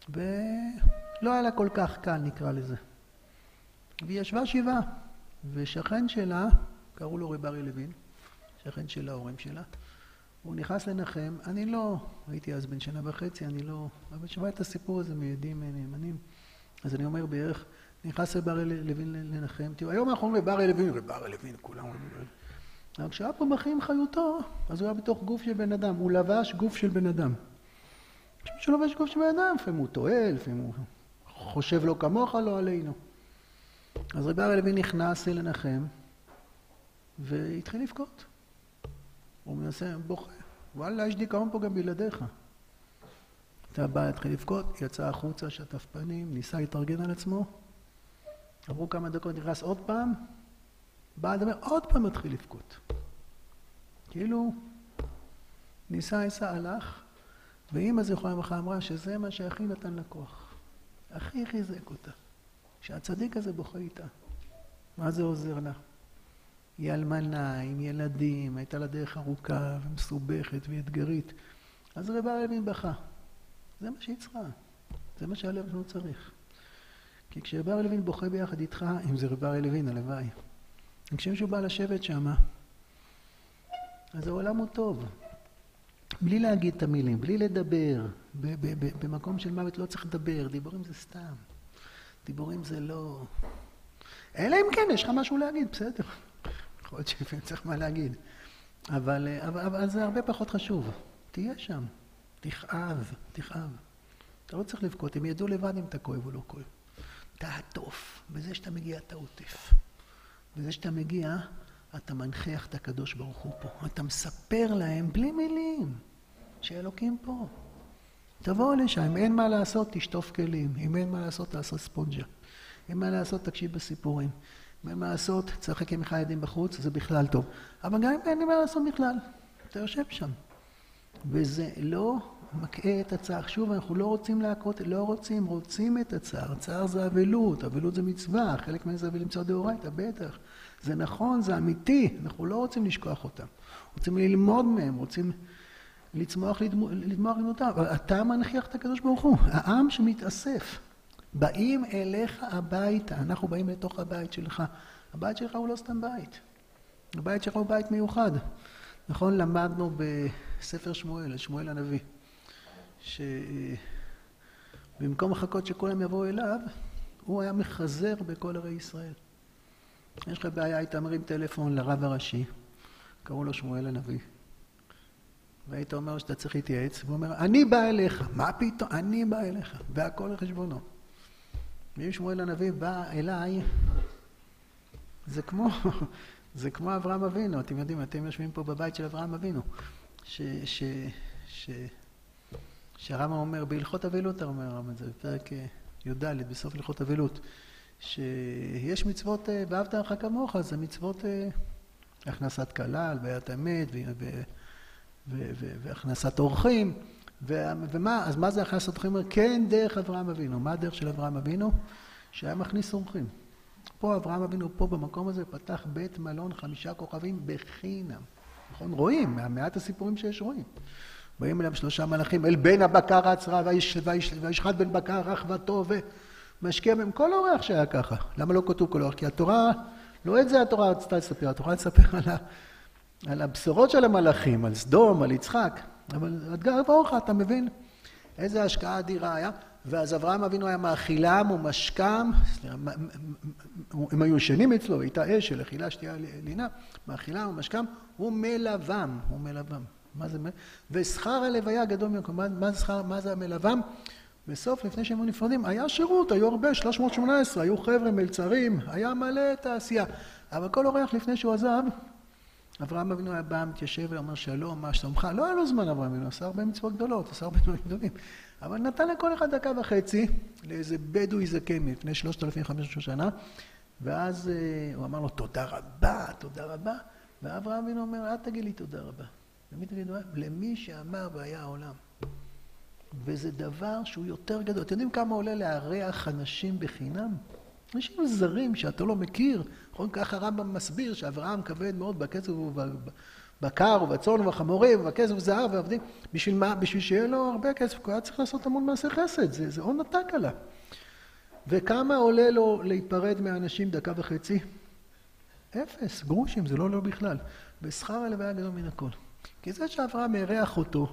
ולא היה לה כל כך קל, נקרא לזה. והיא ישבה שבעה, ושכן שלה, קראו לו רב אריה לוין, שכן של ההורים שלה, הוא נכנס לנחם. אני לא, הייתי אז בן שנה וחצי, אני לא, אבל שמע את הסיפור הזה מעדים נאמנים, אז אני אומר בערך, נכנס רב אריה לוין לנחם. תראו, היום אנחנו אומרים רב אריה לוין, רב אריה לוין, כולם אומרים. אבל כשהיה פה בחיים חיותו, אז הוא היה בתוך גוף של בן אדם, הוא לבש גוף של בן אדם. כשמישהו לובש גוף של בן אדם, לפעמים הוא טועה, לפעמים הוא חושב לא כמוך, לא עלינו. אז רב אריה לוין נכנס לנחם, והתחיל לבכות. הוא מנסה, בוכה. וואלה, יש דיכאון פה גם בלעדיך. אתה בא, התחיל לבכות, יצא החוצה, שטף פנים, ניסה להתארגן על עצמו. עברו כמה דקות, נכנס עוד פעם, בא לדבר, עוד פעם התחיל לבכות. כאילו, ניסה, הלך, ואמא זכרונה לברכה אמרה שזה מה שהכי נתן לה כוח. הכי חיזק אותה. שהצדיק הזה בוכה איתה. מה זה עוזר לה? היא אלמנה, עם ילדים, הייתה לה דרך ארוכה ומסובכת ואתגרית. אז רב אריה לוין בכה. זה מה שהיא צריכה. זה מה שהלב שלנו צריך. כי כשרב אריה לוין בוכה ביחד איתך, אם זה רב אריה לוין, הלוואי. כשמישהו בא לשבת שמה, אז העולם הוא טוב. בלי להגיד את המילים, בלי לדבר. במקום של מוות לא צריך לדבר. דיבורים זה סתם. דיבורים זה לא... אלא אם כן, יש לך משהו להגיד, בסדר. יכול להיות שלפעמים צריך מה להגיד. אבל זה הרבה פחות חשוב. תהיה שם. תכאב. אתה לא צריך לבכות. הם ידעו לבד אם אתה כואב או לא כואב. תעטוף. בזה שאתה מגיע, אתה עוטף. בזה שאתה מגיע, אתה מנכיח את הקדוש ברוך הוא פה. אתה מספר להם בלי מילים שאלוקים פה. תבואו לשם, אם אין מה לעשות, תשטוף כלים. אם אין מה לעשות, תעשה ספונג'ה. אם אין מה לעשות, תקשיב בסיפורים. אם אין מה לעשות, תשחק עם ילדים בחוץ, זה בכלל טוב. אבל גם אם אין מה לעשות בכלל, אתה יושב שם. וזה לא מקעה את הצער. שוב, אנחנו לא רוצים להכות, רוצים את הצער. צער זה אבלות, אבלות זה מצווה, חלק מזה זה למצוא דאורייתא, בטח. זה נכון, זה אמיתי, אנחנו לא רוצים לשכוח אותם. רוצים ללמוד מהם, רוצים לצמוח לימודם. אבל אתה מנכיח את הקדוש ברוך הוא, העם שמתאסף. באים אליך הביתה, אנחנו באים לתוך הבית שלך. הבית שלך הוא לא סתם בית. הבית שלך הוא בית מיוחד. נכון, למדנו בספר שמואל, שמואל הנביא, שבמקום לחכות שכולם יבואו אליו, הוא היה מחזר בכל ערי ישראל. יש לך בעיה, היית מרים טלפון לרב הראשי, קראו לו שמואל הנביא, והיית אומר שאתה צריך להתייעץ, והוא אומר, אני בא אליך. מה פתאום? אני בא אליך, והכל לחשבונו. ואם שמואל הנביא בא אליי, זה כמו אברהם אבינו. אתם יודעים, אתם יושבים פה בבית של אברהם אבינו, שהרמב"ם אומר, בהלכות אבלות, אומר הרמב"ם, זה בפרק י"ד, בסוף הלכות אבלות, שיש מצוות, ואהבת לך כמוך, זה מצוות הכנסת כלה, הלוויית המת, והכנסת אורחים, ומה? אז מה זה הכנסת אורחים? כן, דרך אברהם אבינו. מה הדרך של אברהם אבינו? שהיה מכניס אורחים. פה אברהם אבינו, פה במקום הזה, פתח בית מלון 5 כוכבים בחינם. נכון? רואים, מעט הסיפורים שיש רואים. באים אליו 3 מלאכים, אל בן הבקר עצרה, וישחט בן בקר רחבתו, ומשקיע בהם כל אורח שהיה ככה. למה לא כתוב כל אורח? כי התורה, לא את זה התורה רצתה לספר, התורה לספר על הבשורות של המלאכים, על סדום, על יצחק. אבל אתגר ואורחה, אתה מבין איזה השקעה אדירה היה? ואז אברהם אבינו היה מאכילם ומשקם, הם היו ישנים אצלו, הייתה אש של אכילה, שתייה, לינה, מאכילם ומשקם, ומלוום. מה זה? ושכר הלוויה גדול ממקום. מה זה המלוום? בסוף, לפני שהם היו נפרדים, היה שירות, היו הרבה, 318, היו חבר'ה מלצרים, היה מלא תעשייה. אבל כל אורח לפני שהוא עזב, אברהם אבינו היה בא, מתיישב ואומר שלום, מה שלומך? לא היה לו זמן אברהם אבינו, עשה הרבה מצוות גדולות, עשה הרבה דברים גדולים. אבל נתן לכל אחד 1.5 דקות לאיזה בדואי זקן לפני 3,500 שנה, ואז הוא אמר לו, תודה רבה, ואברהם אבינו אומר, אל תגיד לי תודה רבה. למי תגיד? למי שאמר והיה העולם. וזה דבר שהוא יותר גדול. אתם יודעים כמה עולה לארח אנשים בחינם? אנשים זרים שאתה לא מכיר. נכון, ככה הרמב"ם מסביר שאברהם כבד מאוד בקצב בקר ובצאן ובחמורים ובכסף ובזהב ועבדים. בשביל מה? בשביל שיהיה לו הרבה כסף, הוא היה צריך לעשות המון מעשה חסד, זה הון עתק עליו. וכמה עולה לו להיפרד מהאנשים דקה וחצי? 0, גרושים, זה לא עולה בכלל. בשכר הלוויה גדול מן הכל. כי זה שאברהם הרח אותו,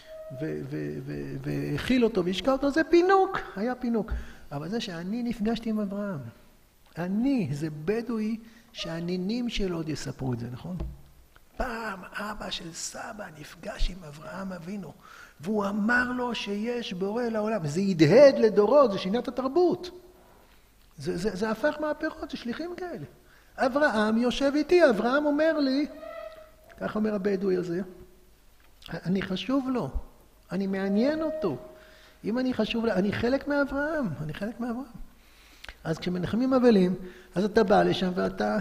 והכיל אותו והשקע אותו, זה פינוק, היה פינוק. אבל זה שאני נפגשתי עם אברהם, זה בדואי שהנינים שלו עוד יספרו את זה, נכון? פעם אבא של סבא נפגש עם אברהם אבינו, והוא אמר לו שיש בורא לעולם. זה הדהד לדורות, זה שינה את התרבות. זה הפך מהפכות, זה שליחים כאלה. אברהם יושב איתי, אברהם אומר לי, כך אומר הבדואי הזה, אני חשוב לו, אני מעניין אותו. אם אני חשוב לו, אני חלק מאברהם, אז כשמנחמים אבלים, אז אתה בא לשם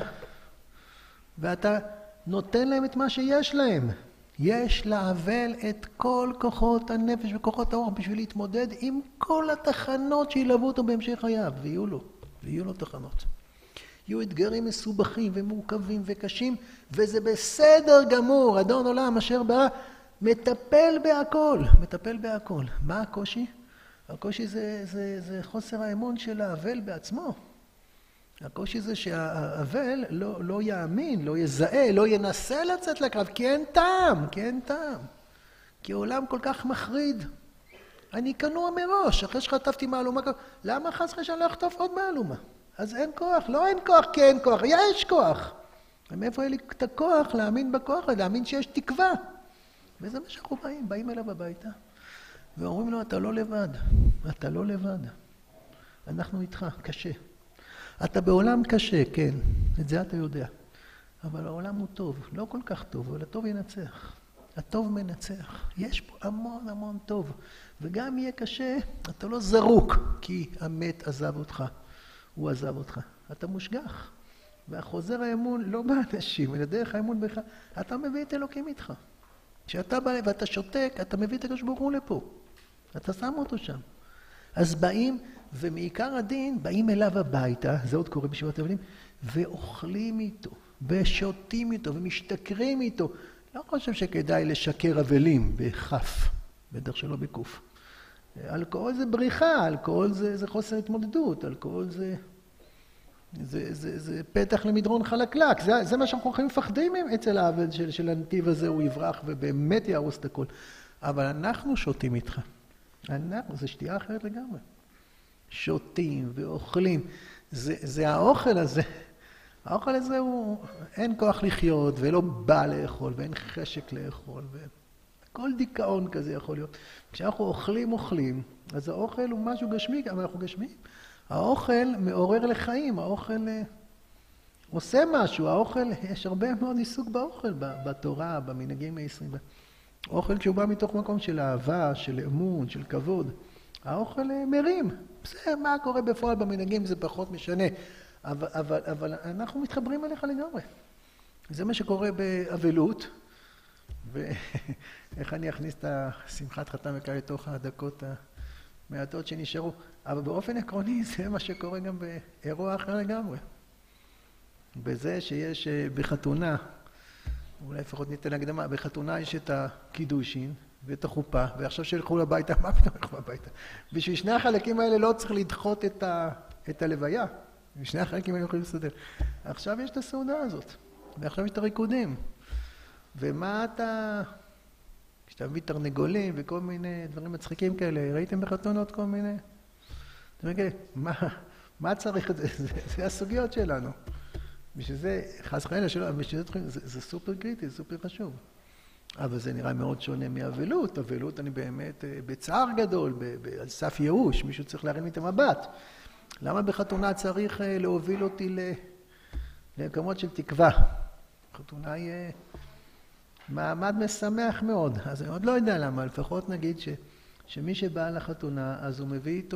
ואתה נותן להם את מה שיש להם. יש לאבל את כל כוחות הנפש וכוחות האור בשביל להתמודד עם כל התחנות שילוו אותו בהמשך חייו, ויהיו לו תחנות. יהיו אתגרים מסובכים ומורכבים וקשים, וזה בסדר גמור. אדון עולם אשר ברא מטפל בהכל. מה הקושי? הקושי זה חוסר האמון של האבל בעצמו. הקושי זה שהאבל לא יאמין, לא יזהה, לא ינסה לצאת לקרב, כי אין טעם. כי העולם כל כך מחריד. אני כנוע מראש, אחרי שחטפתי מהלומה, למה חס וחלילה לא אחטוף עוד מהלומה? אז אין כוח, לא אין כוח, כי אין כוח, יש כוח. ומאיפה יהיה לי את הכוח להאמין בכוח, להאמין שיש תקווה. וזה מה שאנחנו באים אליו הביתה. ואומרים לו, אתה לא לבד. אנחנו איתך, קשה. אתה בעולם קשה, כן, את זה אתה יודע. אבל העולם הוא טוב, לא כל כך טוב, אבל הטוב ינצח. הטוב מנצח. יש פה המון טוב. וגם יהיה קשה, אתה לא זרוק, כי המת עזב אותך. הוא עזב אותך. אתה מושגח. והחוזר האמון לא באנשים, אלא דרך האמון בך. אתה מביא את אלוקים איתך. כשאתה בא ואתה שותק, אתה מביא את הקדוש ברוך הוא לפה. אתה שם אותו שם. אז באים, ומעיקר הדין, באים אליו הביתה, זה עוד קורה בשבעת האבלים, ואוכלים איתו, ושותים איתו, ומשתכרים איתו. לא חושב שכדאי לשקר אבלים בכף, בדרך שלא בקוף. אלכוהול זה בריחה, אלכוהול זה חוסר התמודדות, אלכוהול זה פתח למדרון חלקלק. זה מה שאנחנו הכי מפחדים אצל האבל של הנתיב הזה, הוא יברח ובאמת יהרוס את הכל. אבל אנחנו שותים איתך. זה שתייה אחרת לגמרי. שותים ואוכלים. זה האוכל הזה. האוכל הזה אין כוח לחיות ולא בא לאכול ואין חשק לאכול. כל דיכאון כזה יכול להיות. כשאנחנו אוכלים, אז האוכל הוא משהו גשמי, אבל אנחנו גשמים. האוכל מעורר לחיים, האוכל עושה משהו, האוכל, יש הרבה מאוד עיסוק באוכל, בתורה, במנהגים הישראלים. האוכל כשהוא בא מתוך מקום של אהבה, של אמון, של כבוד, האוכל מרים. בסדר, מה קורה בפועל במנהגים זה פחות משנה, אבל אנחנו מתחברים אליך לגמרי. זה מה שקורה באבלות, ואיך אני אכניס את השמחת חתן וכלה לתוך הדקות המעטות שנשארו. אבל באופן עקרוני זה מה שקורה גם באירוע אחר לגמרי. בזה שיש בחתונה, אולי לפחות ניתן הקדמה, בחתונה יש את הקידושין ואת החופה, ועכשיו שילכו לביתה, מה פתאום ילכו לביתה? בשביל שני החלקים האלה לא צריך לדחות את הלוויה. בשני החלקים האלה יכולים לסדר. עכשיו יש את הסעודה הזאת, ועכשיו יש את הריקודים. ומה כשאתה מביא תרנגולים וכל מיני דברים מצחיקים כאלה, ראיתם בחתונות כל מיני? אתם יודעים, מה צריך את זה? זה הסוגיות שלנו. בשביל זה, חס וחלילה שלא, בשביל זה סופר קריטי, זה סופר חשוב. אבל זה נראה מאוד שונה מאבלות. אבלות אני באמת בצער גדול, על סף ייאוש, מישהו צריך להרים את המבט. למה בחתונה צריך להוביל אותי למקומות של תקווה? חתונה היא מעמד משמח מאוד. אז אני עוד לא יודע למה, לפחות נגיד שמי שבא לחתונה, אז הוא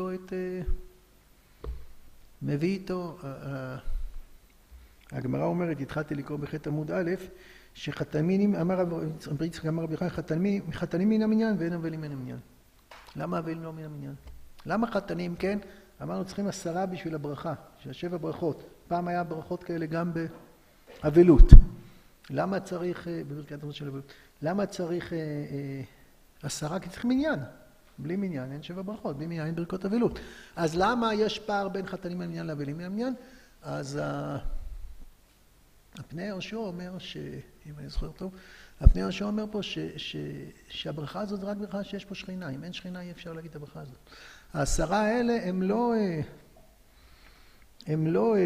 מביא איתו, הגמרא אומרת, התחלתי לקרוא בחטא עמוד א', שחתנים, אמר רבי יצחק, אמר רבי יוחנן, חתנים מן המניין ואין אבלים מן המניין. למה אבלים לא מן המניין? למה חתנים כן? אמרנו צריכים 10 בשביל הברכה, של 7 ברכות. פעם היה ברכות כאלה גם באבלות. למה צריך, בברכת המזון של אבלות, למה צריך 10? כי צריך מניין. בלי מניין אין 7 ברכות, בלי מניין אין ברכות אבלות. אז למה יש פער בין חתנים מן המניין לאבלים מן המניין? אז הפני יהושע אומר אם אני זוכר טוב, הפני יהושע אומר פה שהברכה הזאת זה רק ברכה שיש פה שכינה. אם אין שכינה אי אפשר להגיד את הברכה הזאת. 10 האלה הם לא,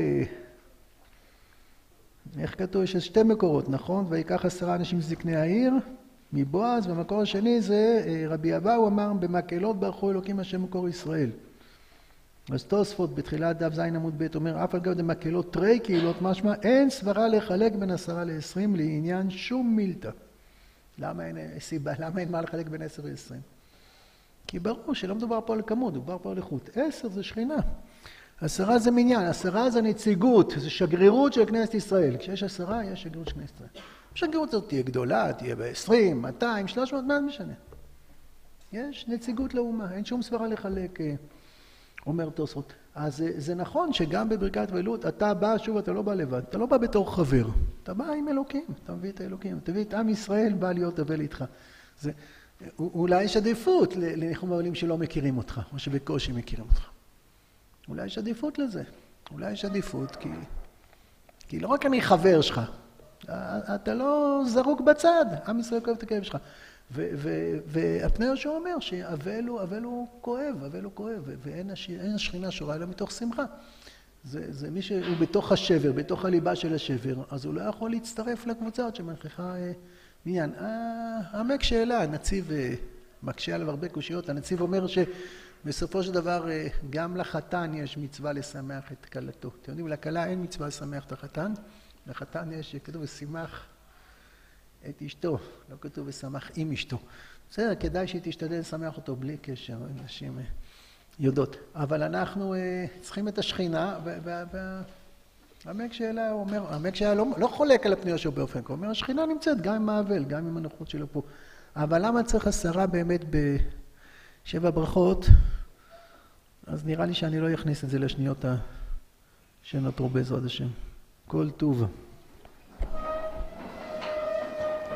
איך כתוב? יש 2 מקורות, נכון? ויקח 10 אנשים זקני העיר מבועז, והמקור השני זה רבי אבאו אמר במקהלות ברכו אלוקים השם מקור ישראל. אז תוספות בתחילת דף ז' עמוד ב' אומר אף על גב דמקהלות תרי קהילות משמע אין סברה לחלק בין 10 ל-20 לעניין שום מילתא. למה אין מה לחלק בין 10 ל-20? כי ברור שלא מדובר פה על כמות, מדובר פה על איכות. 10 זה שכינה. 10 זה מניין, 10 זה נציגות, זה שגרירות של כנסת ישראל. כשיש 10 יש שגרירות של כנסת ישראל. השגרירות הזאת תהיה גדולה, תהיה ב-20, 200, 300, מה משנה? יש נציגות לאומה, אין שום סברה לחלק, אומר תוספות. אז זה נכון שגם בברכת אבלות אתה בא, שוב אתה לא בא לבד, אתה לא בא בתור חבר, אתה בא עם אלוקים, אתה מביא את האלוקים, אתה מביא את עם ישראל, בא להיות אבל איתך. אולי יש עדיפות לניחום אבלים שלא מכירים אותך, או שבקושי מכירים אותך. אולי יש עדיפות לזה, אולי יש עדיפות כי לא רק אני חבר שלך, אתה לא זרוק בצד, עם ישראל כואב את הכאב שלך. והפני יהושע אומר שאבל הוא כואב, ואין השכינה שורה אלא מתוך שמחה. זה מי שהוא בתוך השבר, בתוך הליבה של השבר, אז הוא לא יכול להצטרף לקבוצה עוד שמנכיחה מניין. העמק שאלה, הנציב מקשה עליו הרבה קושיות, הנציב אומר שבסופו של דבר גם לחתן יש מצווה לשמח את כלתו. אתם יודעים, לכלה אין מצווה לשמח את החתן, לחתן יש, כתוב, ושמח את אשתו, לא כתוב ושמח עם אשתו. בסדר, כדאי שהיא תשתדל לשמח אותו בלי קשר, נשים יודעות. אבל אנחנו צריכים את השכינה, והעמק שאלה הוא אומר, העמק שאלה לא חולק על הפני יהושע באופן, הוא אומר, השכינה נמצאת גם עם האבל, גם עם הנוחות שלו פה. אבל למה צריך 10 באמת ב7 ברכות? אז נראה לי שאני לא אכניס את זה לשניות שנותרו בעזרת השם. כל טוב.